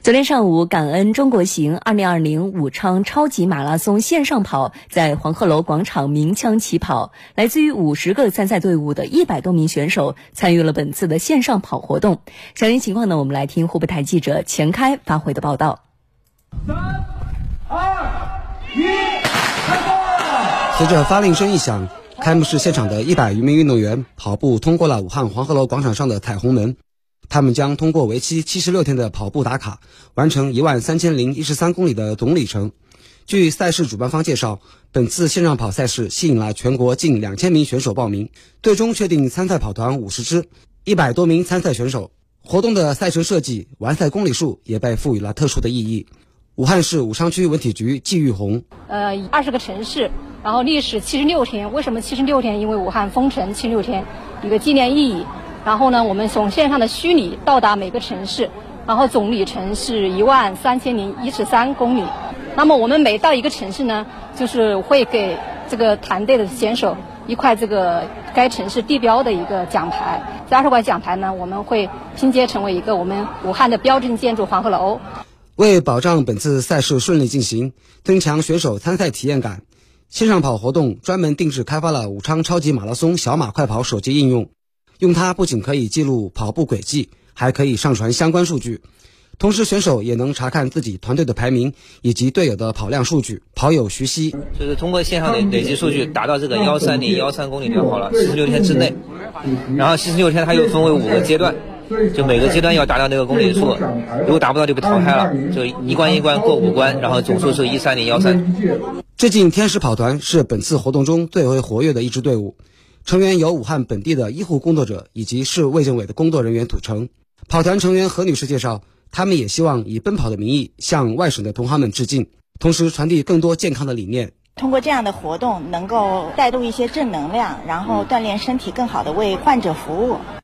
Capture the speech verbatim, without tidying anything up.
昨天上午，感恩中国行二零二零武昌超级马拉松线上跑在黄鹤楼广场鸣枪起跑，来自于五十个参赛队伍的一百多名选手参与了本次的线上跑活动。详细情况呢，我们来听湖北台记者钱开发回的报道。 三、二、一，开跑！ 随着发令声一响，开幕式现场的一百余名运动员跑步通过了武汉黄鹤楼广场上的彩虹门。他们将通过为期七十六天的跑步打卡，完成一万三千零一十三公里的总里程。据赛事主办方介绍，本次线上跑赛事吸引了全国近两千名选手报名，最终确定参赛跑团五十支，一百多名参赛选手。活动的赛程设计、完赛公里数也被赋予了特殊的意义。武汉市武昌区文体局季玉红， 呃，二十个城市，然后历时七十六天。为什么七十六天？因为武汉封城七十六天，一个纪念意义。然后呢，我们从线上的虚拟到达每个城市，然后总里程是一万三千零一十三公里。那么我们每到一个城市呢，就是会给这个团队的选手一块这个该城市地标的一个奖牌。这二十块奖牌呢，我们会拼接成为一个我们武汉的标志建筑黄鹤楼。 为保障本次赛事顺利进行，增强选手参赛体验感，线上跑活动专门定制开发了武昌超级马拉松小马快跑手机应用。用它不仅可以记录跑步轨迹，还可以上传相关数据，同时选手也能查看自己团队的排名以及队友的跑量数据。跑友徐熙就是通过线上的累积数据达到这个幺三零幺三公里就好了，七十六天之内。然后七十六天它又分为五个阶段，就每个阶段要达到那个公里数，如果达不到就被淘汰了，就一关一关过五关，然后总数是一三零幺三。 致敬天使跑团是本次活动中最为活跃的一支队伍。成员由武汉本地的医护工作者以及市卫健委的工作人员组成。跑团成员何女士介绍，他们也希望以奔跑的名义向外省的同行们致敬，同时传递更多健康的理念。 通过这样的活动能够带动一些正能量，然后锻炼身体，更好地为患者服务。